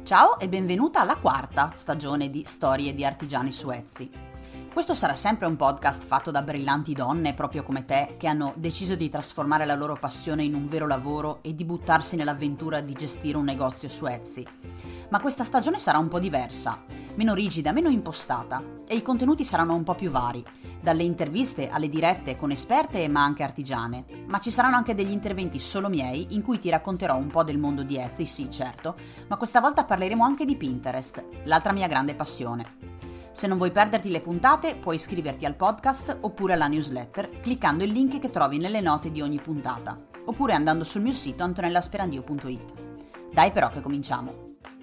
Ciao e benvenuta alla quarta stagione di Storie di artigiani su Etsy. Questo sarà sempre un podcast fatto da brillanti donne proprio come te che hanno deciso di trasformare la loro passione in un vero lavoro e di buttarsi nell'avventura di gestire un negozio su Etsy. Ma questa stagione sarà un po' diversa, meno rigida, meno impostata e i contenuti saranno un po' più vari, dalle interviste alle dirette con esperte ma anche artigiane, ma ci saranno anche degli interventi solo miei in cui ti racconterò un po' del mondo di Etsy, sì certo, ma questa volta parleremo anche di Pinterest, l'altra mia grande passione. Se non vuoi perderti le puntate, puoi iscriverti al podcast oppure alla newsletter cliccando il link che trovi nelle note di ogni puntata, oppure andando sul mio sito antonellasperandio.it. Dai però che cominciamo!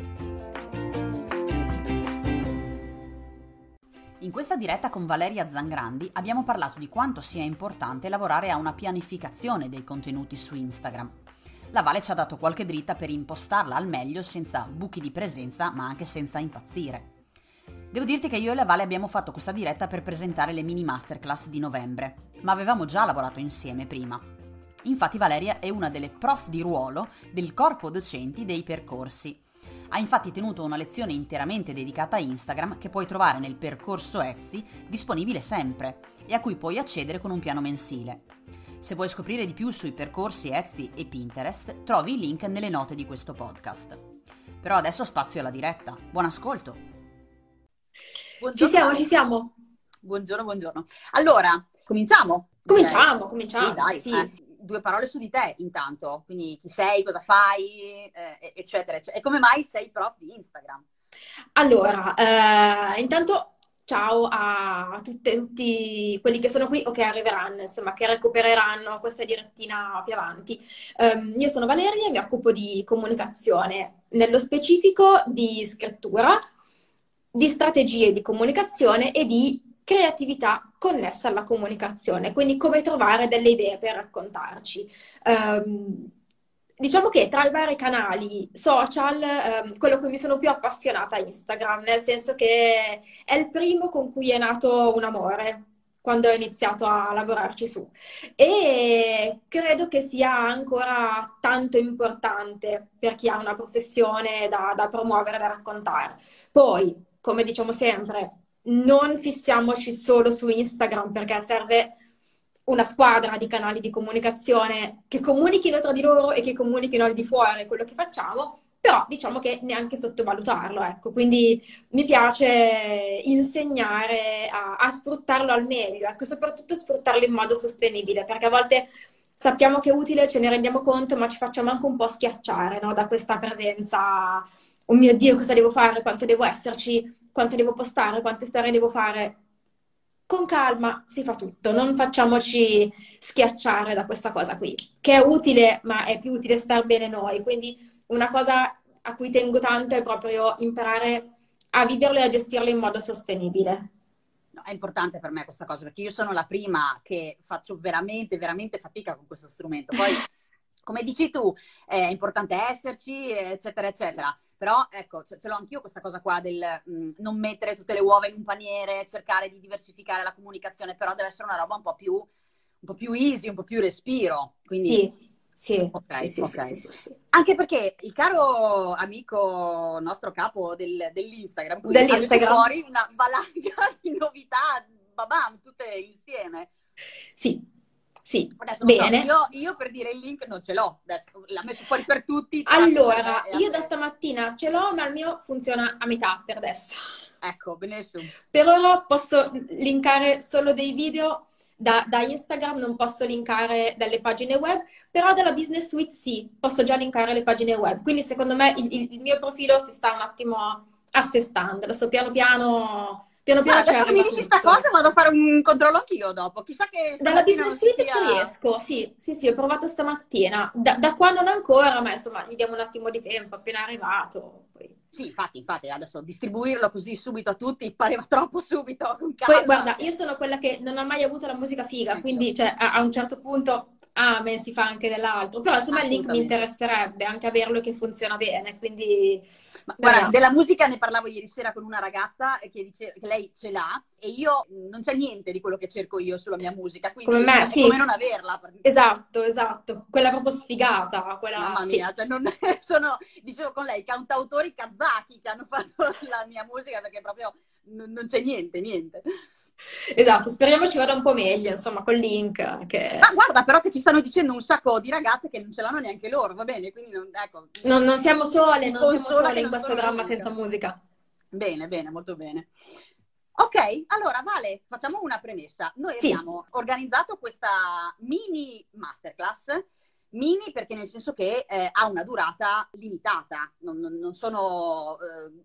In questa diretta con Valeria Zangrandi abbiamo parlato di quanto sia importante lavorare a una pianificazione dei contenuti su Instagram. La Vale ci ha dato qualche dritta per impostarla al meglio senza buchi di presenza ma anche senza impazzire. Devo dirti che io e la Vale abbiamo fatto questa diretta per presentare le mini masterclass di novembre, ma avevamo già lavorato insieme prima. Infatti Valeria è una delle prof di ruolo del corpo docenti dei percorsi. Ha infatti tenuto una lezione interamente dedicata a Instagram che puoi trovare nel percorso Etsy, disponibile sempre, e a cui puoi accedere con un piano mensile. Se vuoi scoprire di più sui percorsi Etsy e Pinterest, trovi il link nelle note di questo podcast. Però adesso spazio alla diretta. Buon ascolto! Buongiorno. Ci siamo. Buongiorno. Allora, cominciamo? Cominciamo. Sì, dai. Sì. Due parole su di te intanto, quindi chi sei, cosa fai, eccetera. E come mai sei prof di Instagram? Allora, intanto ciao a tutti quelli che sono qui o che arriveranno, insomma, che recupereranno questa direttina più avanti. Io sono Valeria e mi occupo di comunicazione, nello specifico di scrittura, di strategie di comunicazione e di creatività connessa alla comunicazione, quindi come trovare delle idee per raccontarci. Diciamo che tra i vari canali social, quello a cui mi sono più appassionata è Instagram, nel senso che è il primo con cui è nato un amore quando ho iniziato a lavorarci su, e credo che sia ancora tanto importante per chi ha una professione da promuovere, da raccontare. Poi, come diciamo sempre, non fissiamoci solo su Instagram perché serve una squadra di canali di comunicazione che comunichino tra di loro e che comunichino al di fuori quello che facciamo, però diciamo che neanche sottovalutarlo, ecco. Quindi mi piace insegnare a sfruttarlo al meglio, ecco, soprattutto sfruttarlo in modo sostenibile, perché a volte sappiamo che è utile, ce ne rendiamo conto, ma ci facciamo anche un po' schiacciare, no? Da questa presenza. Oh mio Dio, cosa devo fare? Quanto devo esserci? Quante devo postare? Quante storie devo fare? Con calma si fa tutto, non facciamoci schiacciare da questa cosa qui, che è utile, ma è più utile star bene noi. Quindi una cosa a cui tengo tanto è proprio imparare a viverlo e a gestirlo in modo sostenibile. No, è importante per me questa cosa, perché io sono la prima che faccio veramente fatica con questo strumento. Poi, come dici tu, è importante esserci, eccetera, eccetera. Però, ecco, ce l'ho anch'io questa cosa qua del non mettere tutte le uova in un paniere, cercare di diversificare la comunicazione, però deve essere una roba un po' più easy, un po' più respiro. Quindi, sì. Anche perché il caro amico, nostro capo dell'Instagram, qui ha messo fuori una valanga di novità, babam, tutte insieme. Sì, adesso bene. So, io per dire il link non ce l'ho, adesso l'ha messo fuori per tutti. Allora, io da stamattina ce l'ho, ma il mio funziona a metà per adesso. Ecco, benissimo. Per ora posso linkare solo dei video da Instagram, non posso linkare dalle pagine web, però dalla Business Suite sì, posso già linkare le pagine web. Quindi secondo me il mio profilo si sta un attimo assestando. Adesso piano piano adesso mi dici sta cosa, vado a fare un controllo anch'io dopo. Chissà che dalla Business Suite ci riesco, sì, ho provato stamattina. Da qua non ancora, ma insomma gli diamo un attimo di tempo, appena arrivato. Poi. Sì, infatti, adesso distribuirlo così subito a tutti pareva troppo subito, con calma. Poi guarda, io sono quella che non ha mai avuto la musica figa, quindi cioè, a un certo punto Amen, si fa anche dell'altro, però insomma il link mi Assolutamente. interesserebbe anche averlo che funziona bene, quindi Ma guarda, speriamo. della musica ne parlavo ieri sera con una ragazza che dice che lei ce l'ha e io non c'è niente di quello che cerco io sulla mia musica, Come quindi me, cioè, è come sì, non averla. esatto, esatto, quella proprio sfigata, quella Mamma sì. mia, cioè non sono, dicevo con lei, cantautori kazaki che hanno fatto la mia musica perché proprio non c'è niente, niente. Esatto, speriamo ci vada un po' meglio, insomma, col link, che Ma guarda però che ci stanno dicendo un sacco di ragazze che non ce l'hanno neanche loro, va bene? Quindi ecco, non siamo sole, mi non siamo consola sole che in non questo sono dramma l'unica. senza musica. Bene, bene, molto bene. Ok, allora Vale, facciamo una premessa. Noi Sì, abbiamo organizzato questa mini masterclass, mini perché nel senso che ha una durata limitata, non sono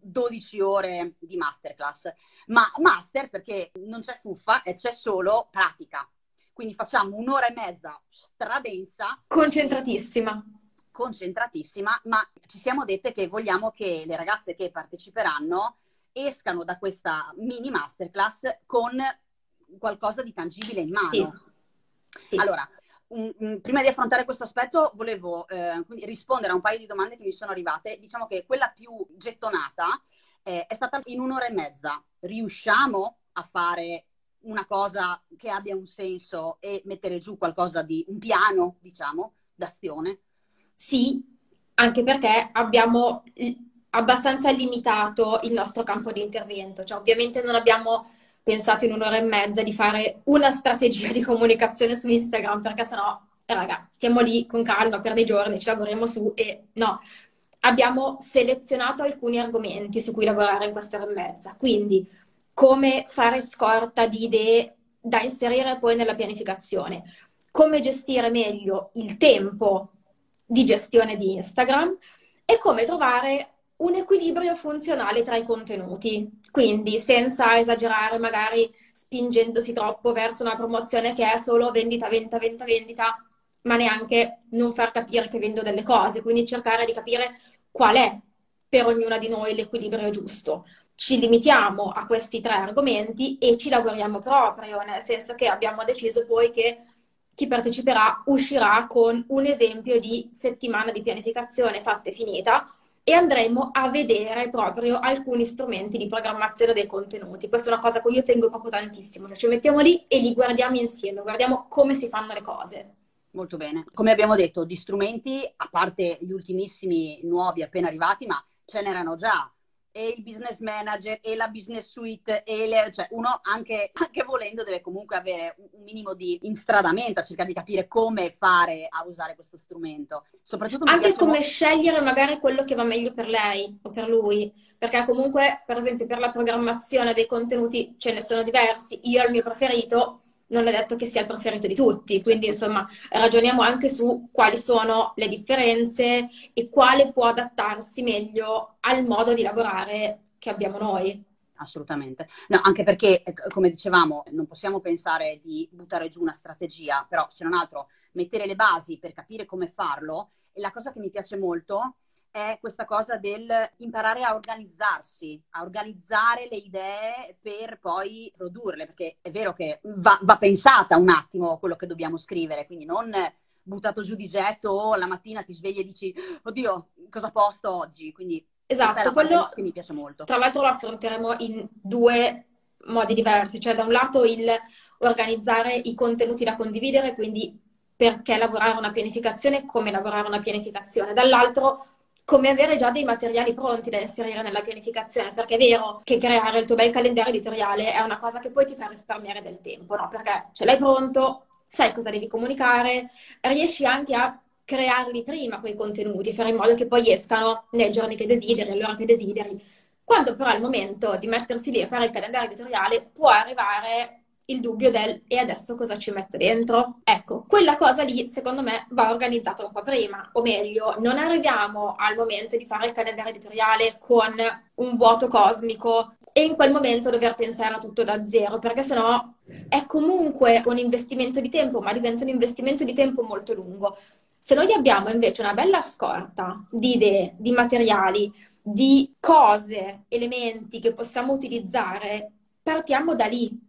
12 ore di masterclass, ma master perché non c'è fuffa e c'è solo pratica. Quindi facciamo un'ora e mezza stradensa e concentratissima. concentratissima, ma ci siamo dette che vogliamo che le ragazze che parteciperanno escano da questa mini masterclass con qualcosa di tangibile in Sì, mano. sì, Allora, prima di affrontare questo aspetto, volevo quindi rispondere a un paio di domande che mi sono arrivate. Diciamo che quella più gettonata è stata in un'ora e mezza. Riusciamo a fare una cosa che abbia un senso e mettere giù qualcosa di un piano, diciamo, d'azione? sì, anche perché abbiamo abbastanza limitato il nostro campo di intervento, cioè ovviamente non abbiamo pensato in un'ora e mezza di fare una strategia di comunicazione su Instagram, perché sennò, raga, stiamo lì con calma per dei giorni, ci lavoriamo su e no. Abbiamo selezionato alcuni argomenti su cui lavorare in quest'ora e mezza, quindi come fare scorta di idee da inserire poi nella pianificazione, come gestire meglio il tempo di gestione di Instagram e come trovare un equilibrio funzionale tra i contenuti, quindi senza esagerare, magari spingendosi troppo verso una promozione che è solo vendita, vendita, vendita, vendita, ma neanche non far capire che vendo delle cose, quindi cercare di capire qual è per ognuna di noi l'equilibrio giusto. Ci limitiamo a questi tre argomenti e ci lavoriamo proprio, nel senso che abbiamo deciso poi che chi parteciperà uscirà con un esempio di settimana di pianificazione fatta e finita e andremo a vedere proprio alcuni strumenti di programmazione dei contenuti. Questa è una cosa a cui io tengo proprio tantissimo. Ci mettiamo lì e li guardiamo insieme, guardiamo come si fanno le cose. Molto bene. Come abbiamo detto, di strumenti, a parte gli ultimissimi nuovi appena arrivati, ma ce n'erano già. E il business manager e la business suite, cioè uno anche volendo deve comunque avere un minimo di instradamento a cercare di capire come fare a usare questo strumento. Soprattutto mi Anche piace come molto. scegliere magari quello che va meglio per lei o per lui, perché comunque, per esempio, per la programmazione dei contenuti ce ne sono diversi. Io ho il mio preferito, non è detto che sia il preferito di tutti, quindi Certo. insomma ragioniamo anche su quali sono le differenze e quale può adattarsi meglio al modo di lavorare che abbiamo noi. Assolutamente. No, anche perché, come dicevamo, non possiamo pensare di buttare giù una strategia, però se non altro mettere le basi per capire come farlo. E la cosa che mi piace molto è questa cosa del imparare a organizzarsi, a organizzare le idee per poi produrle, perché è vero che va pensata un attimo quello che dobbiamo scrivere, quindi non buttato giù di getto o la mattina ti svegli e dici, oddio, cosa posto oggi? Quindi questa è Esatto, la parte quello che mi piace molto. tra l'altro lo affronteremo in due modi diversi, cioè da un lato il organizzare i contenuti da condividere, quindi perché lavorare una pianificazione, come lavorare una pianificazione, dall'altro come avere già dei materiali pronti da inserire nella pianificazione, perché è vero che creare il tuo bel calendario editoriale è una cosa che poi ti fa risparmiare del tempo, no? Perché ce l'hai pronto, sai cosa devi comunicare, riesci anche a crearli prima quei contenuti, fare in modo che poi escano nei giorni che desideri, all'ora che desideri. Quando però è il momento di mettersi lì a fare il calendario editoriale, può arrivare il dubbio del e adesso cosa ci metto dentro? Ecco, quella cosa lì secondo me va organizzata un po' prima, o meglio, non arriviamo al momento di fare il calendario editoriale con un vuoto cosmico e in quel momento dover pensare a tutto da zero, perché sennò è comunque un investimento di tempo, ma diventa un investimento di tempo molto lungo. Se noi abbiamo invece una bella scorta di idee, di materiali, di cose, elementi che possiamo utilizzare, partiamo da lì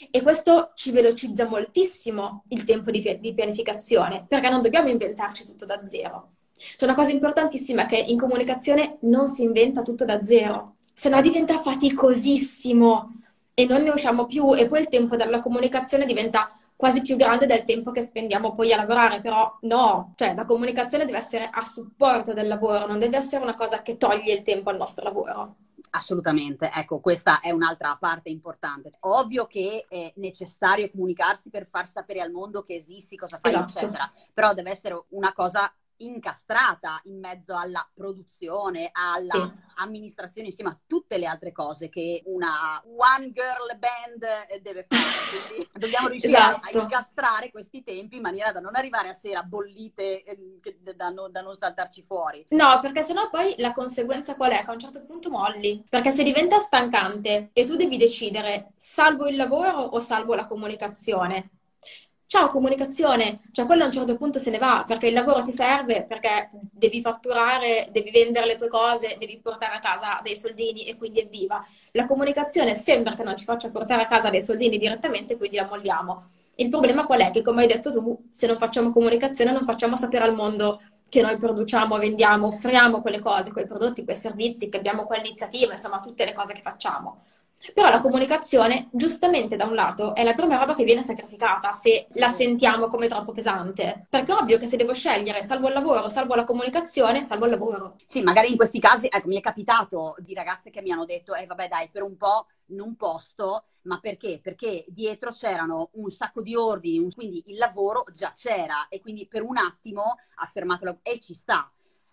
E questo ci velocizza moltissimo il tempo di pianificazione, perché non dobbiamo inventarci tutto da zero. C'è una cosa importantissima che in comunicazione non si inventa tutto da zero, se no diventa faticosissimo e non ne usciamo più e poi il tempo della comunicazione diventa quasi più grande del tempo che spendiamo poi a lavorare, però no, cioè la comunicazione deve essere a supporto del lavoro, non deve essere una cosa che toglie il tempo al nostro lavoro. Assolutamente, ecco, questa è un'altra parte importante. Ovvio che è necessario comunicarsi per far sapere al mondo che esisti, cosa fai, Esatto. eccetera, però deve essere una cosa incastrata in mezzo alla produzione, alla Sì. amministrazione, insieme a tutte le altre cose che una one girl band deve fare. Quindi dobbiamo riuscire a Esatto. incastrare questi tempi in maniera da non arrivare a sera bollite, da non saltarci fuori. No, perché sennò poi la conseguenza qual è? Che a un certo punto molli. Perché se diventa stancante e tu devi decidere salvo il lavoro o salvo la comunicazione. Ciao, comunicazione, cioè quello a un certo punto se ne va perché il lavoro ti serve, perché devi fatturare, devi vendere le tue cose, devi portare a casa dei soldini e quindi evviva. La comunicazione sembra che non ci faccia portare a casa dei soldini direttamente, quindi la molliamo. Il problema qual è? Che come hai detto tu, se non facciamo comunicazione non facciamo sapere al mondo che noi produciamo, vendiamo, offriamo quelle cose, quei prodotti, quei servizi, che abbiamo quell'iniziativa, insomma tutte le cose che facciamo. Però la comunicazione, giustamente da un lato, è la prima roba che viene sacrificata se la sentiamo come troppo pesante. Perché è ovvio che se devo scegliere salvo il lavoro, salvo la comunicazione, salvo il lavoro. Sì, magari in questi casi, ecco, mi è capitato di ragazze che mi hanno detto, vabbè dai, per un po' non posto, ma perché? Perché dietro c'erano un sacco di ordini, quindi il lavoro già c'era e quindi per un attimo ha fermato e ci sta.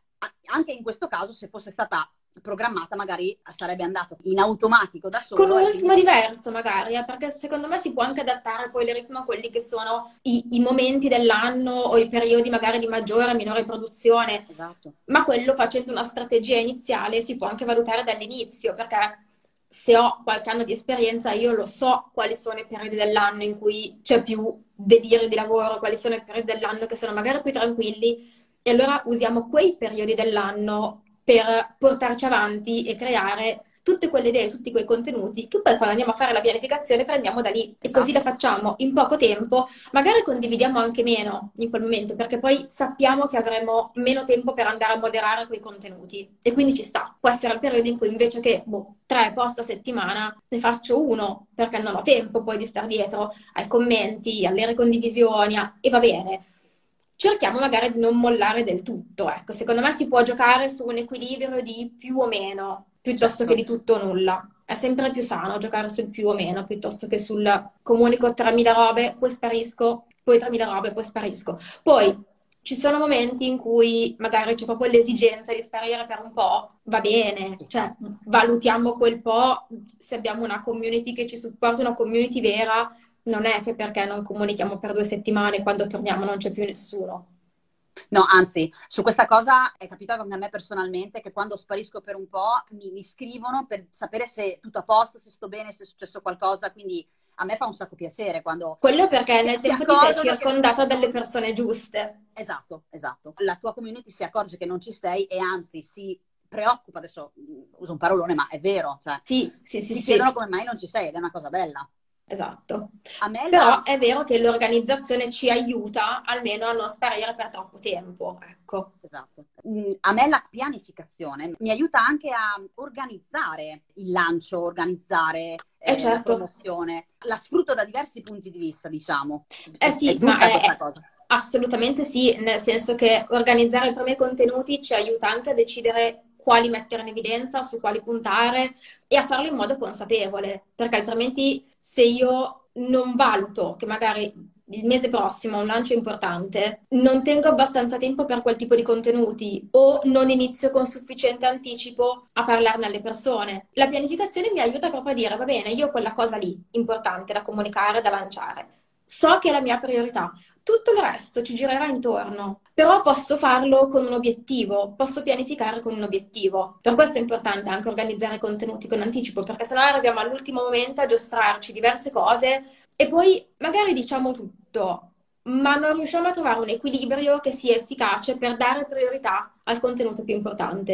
Anche in questo caso, se fosse stata programmata, magari sarebbe andato in automatico da solo. Con un ritmo diverso magari, perché secondo me si può anche adattare poi il ritmo a quelli che sono i momenti dell'anno o i periodi magari di maggiore o minore produzione. Esatto. Ma quello facendo una strategia iniziale si può anche valutare dall'inizio, perché se ho qualche anno di esperienza io lo so quali sono i periodi dell'anno in cui c'è più delirio di lavoro, quali sono i periodi dell'anno che sono magari più tranquilli e allora usiamo quei periodi dell'anno per portarci avanti e creare tutte quelle idee, tutti quei contenuti che poi quando andiamo a fare la pianificazione prendiamo da lì e così la facciamo in poco tempo, magari condividiamo anche meno in quel momento perché poi sappiamo che avremo meno tempo per andare a moderare quei contenuti e quindi ci sta. Può essere il periodo in cui invece che 3 post a settimana ne faccio uno perché non ho tempo poi di star dietro ai commenti, alle ricondivisioni e va bene. Cerchiamo magari di non mollare del tutto, ecco, secondo me si può giocare su un equilibrio di più o meno, piuttosto che di tutto o nulla. È sempre più sano giocare sul più o meno, piuttosto che sul comunico 3.000 robe, poi sparisco, poi 3.000 robe, poi sparisco. Poi ci sono momenti in cui magari c'è proprio l'esigenza di sparire per un po', va bene, cioè valutiamo quel po', se abbiamo una community che ci supporta, una community vera, non è che perché non comunichiamo per 2 settimane, quando torniamo non c'è più nessuno. No, anzi, su questa cosa è capitato anche a me personalmente che quando sparisco per un po' mi scrivono per sapere se tutto a posto, se sto bene, se è successo qualcosa, quindi a me fa un sacco piacere quando Quello perché nel si tempo ti sei accorgono circondata dalle persone giuste. Esatto, esatto. La tua community si accorge che non ci sei e anzi si preoccupa, adesso uso un parolone, ma è vero, cioè Sì. ti chiedono come mai non ci sei ed è una cosa bella. Esatto. A me Però è vero che l'organizzazione ci aiuta almeno a non sparire per troppo tempo, ecco. Esatto. A me la pianificazione mi aiuta anche a organizzare il lancio, organizzare la Certo. promozione. La sfrutto da diversi punti di vista, diciamo. Sì, è giusta questa cosa. Assolutamente sì, nel senso che organizzare i propri contenuti ci aiuta anche a decidere quali mettere in evidenza, su quali puntare e a farlo in modo consapevole, perché altrimenti se io non valuto che magari il mese prossimo ho un lancio importante, non tengo abbastanza tempo per quel tipo di contenuti o non inizio con sufficiente anticipo a parlarne alle persone. La pianificazione mi aiuta proprio a dire, va bene, io ho quella cosa lì importante da comunicare, da lanciare. So che è la mia priorità. Tutto il resto ci girerà intorno, però posso farlo con un obiettivo, posso pianificare con un obiettivo. Per questo è importante anche organizzare i contenuti con anticipo, perché sennò arriviamo all'ultimo momento a giostrarci diverse cose e poi magari diciamo tutto, ma non riusciamo a trovare un equilibrio che sia efficace per dare priorità al contenuto più importante.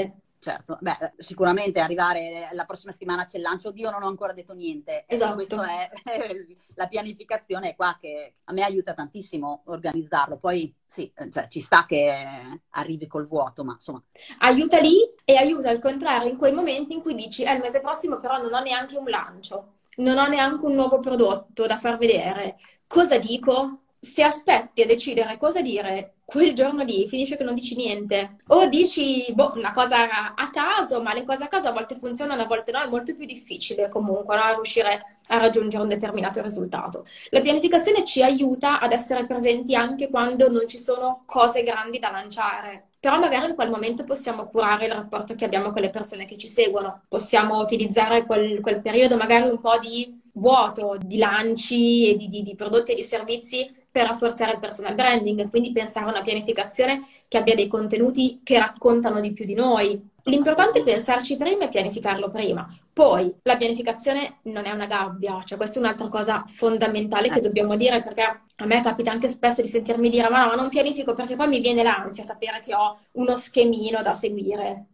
certo. Beh, sicuramente arrivare la prossima settimana c'è il lancio. Oddio, non ho ancora detto niente. Esatto. Questa è la pianificazione è qua che a me aiuta tantissimo organizzarlo. Poi sì, cioè, ci sta che arrivi col vuoto, ma insomma. Aiuta lì e aiuta al contrario in quei momenti in cui dici, il mese prossimo però non ho neanche un lancio, non ho neanche un nuovo prodotto da far vedere. Cosa dico? Se aspetti a decidere cosa dire quel giorno lì, finisce che non dici niente. O dici, boh, una cosa a caso, ma le cose a caso a volte funzionano, a volte no, è molto più difficile comunque, no, riuscire a raggiungere un determinato risultato. La pianificazione ci aiuta ad essere presenti anche quando non ci sono cose grandi da lanciare. Però magari in quel momento possiamo curare il rapporto che abbiamo con le persone che ci seguono. Possiamo utilizzare quel periodo magari un po' di vuoto, di lanci e di prodotti e di servizi per rafforzare il personal branding, quindi pensare a una pianificazione che abbia dei contenuti che raccontano di più di noi. L'importante è pensarci prima e pianificarlo prima. Poi la pianificazione non è una gabbia, cioè questa è un'altra cosa fondamentale che dobbiamo dire, perché a me capita anche spesso di sentirmi dire ma no, non pianifico perché poi mi viene l'ansia sapere che ho uno schemino da seguire.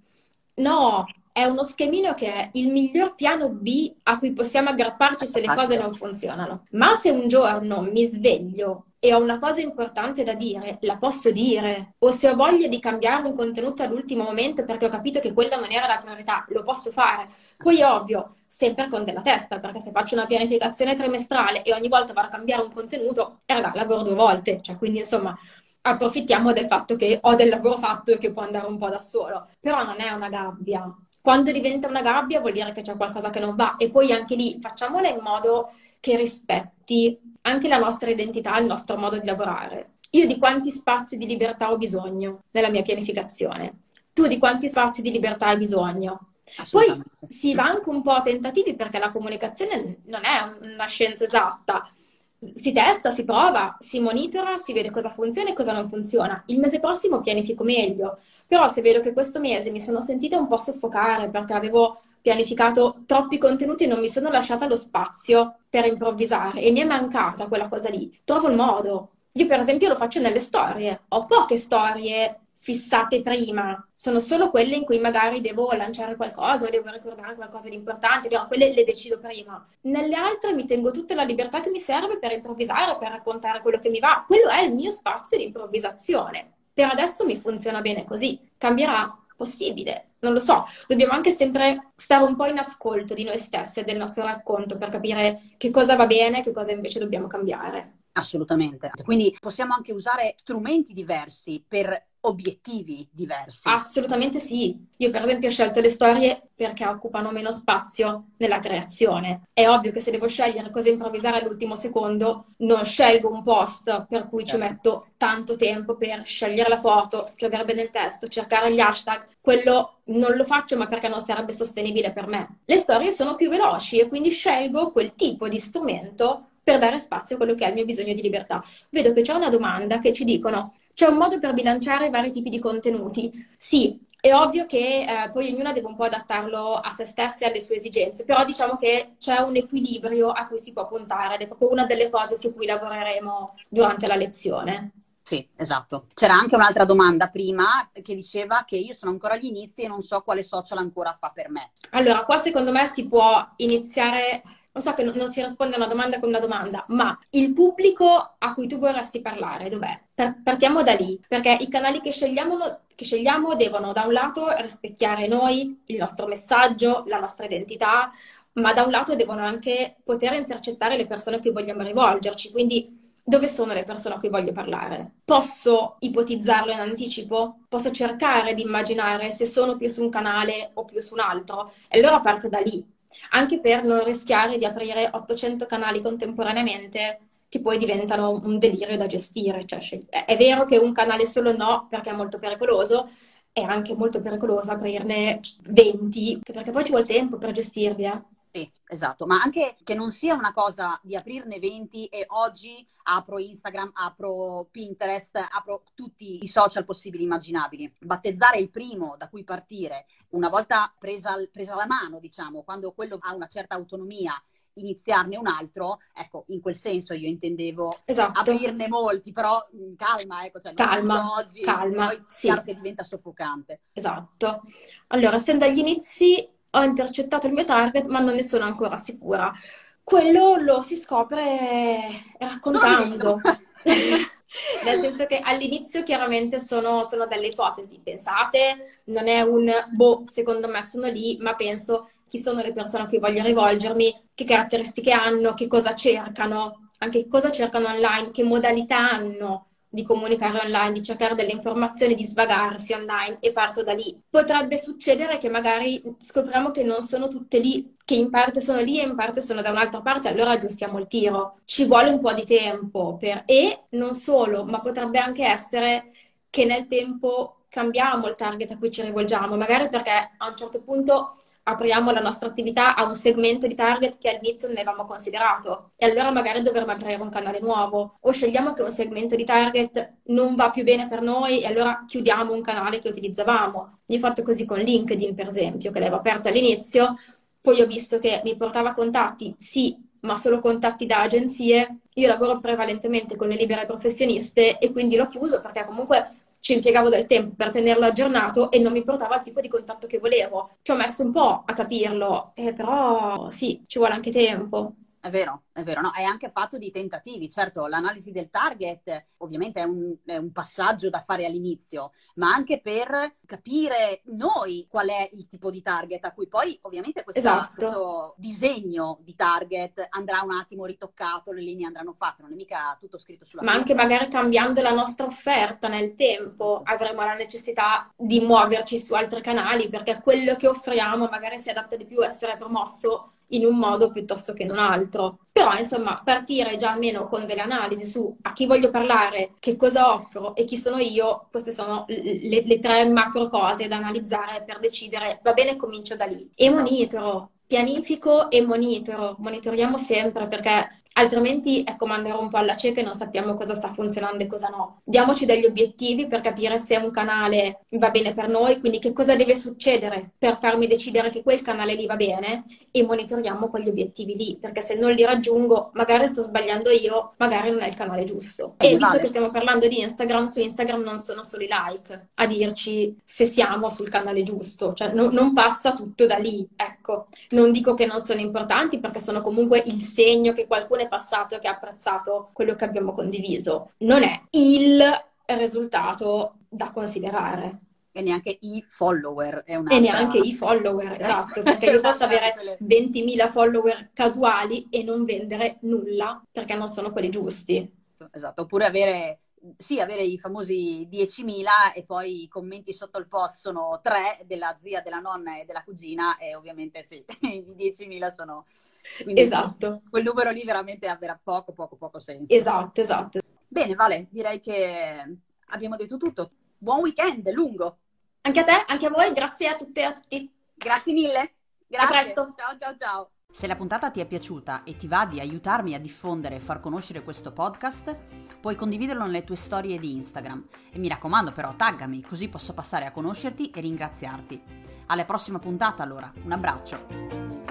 No, è uno schemino che è il miglior piano B a cui possiamo aggrapparci se le cose non funzionano. Ma se un giorno mi sveglio e ho una cosa importante da dire, la posso dire. O se ho voglia di cambiare un contenuto all'ultimo momento perché ho capito che quella non era la priorità, lo posso fare. Poi ovvio, sempre con della testa, perché se faccio una pianificazione trimestrale e ogni volta vado a cambiare un contenuto, lavoro 2 volte. Cioè, quindi insomma, approfittiamo del fatto che ho del lavoro fatto e che può andare un po' da solo. Però non è una gabbia. Quando diventa una gabbia vuol dire che c'è qualcosa che non va. E poi anche lì facciamola in modo che rispetti anche la nostra identità, il nostro modo di lavorare. Io di quanti spazi di libertà ho bisogno nella mia pianificazione? Tu di quanti spazi di libertà hai bisogno? Poi si va anche un po' a tentativi perché la comunicazione non è una scienza esatta. Si testa, si prova, si monitora, si vede cosa funziona e cosa non funziona. Il mese prossimo pianifico meglio, però se vedo che questo mese mi sono sentita un po' soffocare perché avevo pianificato troppi contenuti e non mi sono lasciata lo spazio per improvvisare e mi è mancata quella cosa lì, trovo il modo. Io per esempio lo faccio nelle storie, ho poche storie fissate prima, sono solo quelle in cui magari devo lanciare qualcosa o devo ricordare qualcosa di importante, però quelle le decido prima. Nelle altre mi tengo tutta la libertà che mi serve per improvvisare, per raccontare quello che mi va. Quello è il mio spazio di improvvisazione. Per adesso mi funziona bene così. Cambierà? Possibile, non lo so. Dobbiamo anche sempre stare un po' in ascolto di noi stessi e del nostro racconto per capire che cosa va bene e che cosa invece dobbiamo cambiare. Assolutamente. Quindi possiamo anche usare strumenti diversi per obiettivi diversi. Assolutamente sì. Io per esempio ho scelto le storie perché occupano meno spazio nella creazione. È ovvio che se devo scegliere cosa improvvisare all'ultimo secondo, non scelgo un post per cui ci metto tanto tempo per scegliere la foto, scrivere bene il testo, cercare gli hashtag. Quello non lo faccio ma perché non sarebbe sostenibile per me. Le storie sono più veloci e quindi scelgo quel tipo di strumento per dare spazio a quello che è il mio bisogno di libertà. Vedo che c'è una domanda che ci dicono: c'è un modo per bilanciare i vari tipi di contenuti? Sì, è ovvio che poi ognuna deve un po' adattarlo a se stessa e alle sue esigenze, però diciamo che c'è un equilibrio a cui si può puntare ed è proprio una delle cose su cui lavoreremo durante la lezione. Sì, esatto. C'era anche un'altra domanda prima che diceva che io sono ancora agli inizi e non so quale social ancora fa per me. Allora, qua secondo me si può iniziare. Lo so che non si risponde a una domanda con una domanda, ma il pubblico a cui tu vorresti parlare, dov'è? Partiamo da lì, perché i canali che scegliamo devono da un lato rispecchiare noi, il nostro messaggio, la nostra identità, ma da un lato devono anche poter intercettare le persone a cui vogliamo rivolgerci. Quindi dove sono le persone a cui voglio parlare? Posso ipotizzarlo in anticipo? Posso cercare di immaginare se sono più su un canale o più su un altro? E allora parto da lì. Anche per non rischiare di aprire 800 canali contemporaneamente che poi diventano un delirio da gestire. Cioè, è vero che un canale solo no, perché è molto pericoloso, è anche molto pericoloso aprirne 20, perché poi ci vuole tempo per gestirli, eh. Sì, esatto, ma anche che non sia una cosa di aprirne 20 e oggi apro Instagram, apro Pinterest, apro tutti i social possibili e immaginabili. Battezzare il primo da cui partire, una volta presa la mano, diciamo, quando quello ha una certa autonomia iniziarne un altro, ecco, in quel senso io intendevo Esatto. aprirne molti, però calma, ecco, cioè non Calma, oggi, calma, poi sì. chiaro che diventa soffocante. Esatto. Allora, sin dagli inizi ho intercettato il mio target, ma non ne sono ancora sicura. Quello lo si scopre Solo vivendo. raccontando. Nel senso che all'inizio chiaramente sono delle ipotesi. Pensate, non è un boh, secondo me sono lì, ma penso chi sono le persone a cui voglio rivolgermi, che caratteristiche hanno, che cosa cercano, anche cosa cercano online, che modalità hanno di comunicare online, di cercare delle informazioni, di svagarsi online e parto da lì. Potrebbe succedere che magari scopriamo che non sono tutte lì, che in parte sono lì e in parte sono da un'altra parte, allora aggiustiamo il tiro. Ci vuole un po' di tempo e non solo, ma potrebbe anche essere che nel tempo cambiamo il target a cui ci rivolgiamo, magari perché a un certo punto apriamo la nostra attività a un segmento di target che all'inizio non avevamo considerato e allora magari dovremmo aprire un canale nuovo o scegliamo che un segmento di target non va più bene per noi e allora chiudiamo un canale che utilizzavamo. Io ho fatto così con LinkedIn, per esempio, che l'avevo aperto all'inizio, poi ho visto che mi portava contatti, sì, ma solo contatti da agenzie. Io lavoro prevalentemente con le libere professioniste e quindi l'ho chiuso perché comunque ci impiegavo del tempo per tenerlo aggiornato e non mi portava al tipo di contatto che volevo. Ci ho messo un po' a capirlo, però sì, ci vuole anche tempo. È vero, no? È anche fatto di tentativi. Certo, l'analisi del target ovviamente è un passaggio da fare all'inizio, ma anche per capire noi qual è il tipo di target a cui poi ovviamente questo disegno di target andrà un attimo ritoccato, le linee andranno fatte, non è mica tutto scritto sulla Ma carta. anche magari cambiando la nostra offerta nel tempo, avremo la necessità di muoverci su altri canali perché quello che offriamo magari si adatta di più a essere promosso in un modo piuttosto che in un altro. Però, insomma, partire già almeno con delle analisi su a chi voglio parlare, che cosa offro e chi sono io, queste sono le tre macro cose da analizzare per decidere, va bene, comincio da lì. E monitoro, pianifico e monitoriamo sempre perché altrimenti è come andare un po' alla cieca e non sappiamo cosa sta funzionando e cosa no. Diamoci degli obiettivi per capire se un canale va bene per noi, quindi che cosa deve succedere per farmi decidere che quel canale lì va bene e monitoriamo quegli obiettivi lì, perché se non li raggiungo magari sto sbagliando io, magari non è il canale giusto. E visto che stiamo parlando di Instagram, su Instagram non sono solo i like a dirci se siamo sul canale giusto, cioè non passa tutto da lì, ecco. Non dico che non sono importanti perché sono comunque il segno che qualcuno è passato e che ha apprezzato quello che abbiamo condiviso. Non è il risultato da considerare. E neanche i follower è E neanche i follower, esatto, perché io posso avere 20.000 follower casuali e non vendere nulla perché non sono quelli giusti. Esatto, oppure avere i famosi 10.000 e poi i commenti sotto il post sono 3 della zia, della nonna e della cugina e ovviamente sì, i 10.000 sono... Quindi esatto. Quel numero lì veramente avrà poco senso. Esatto. Bene, Vale, direi che abbiamo detto tutto. Buon weekend, lungo! Anche a te, anche a voi, grazie a tutte e a tutti. Grazie mille. Grazie. A presto. Ciao. Se la puntata ti è piaciuta e ti va di aiutarmi a diffondere e far conoscere questo podcast, puoi condividerlo nelle tue storie di Instagram. E mi raccomando però, taggami, così posso passare a conoscerti e ringraziarti. Alla prossima puntata allora, un abbraccio!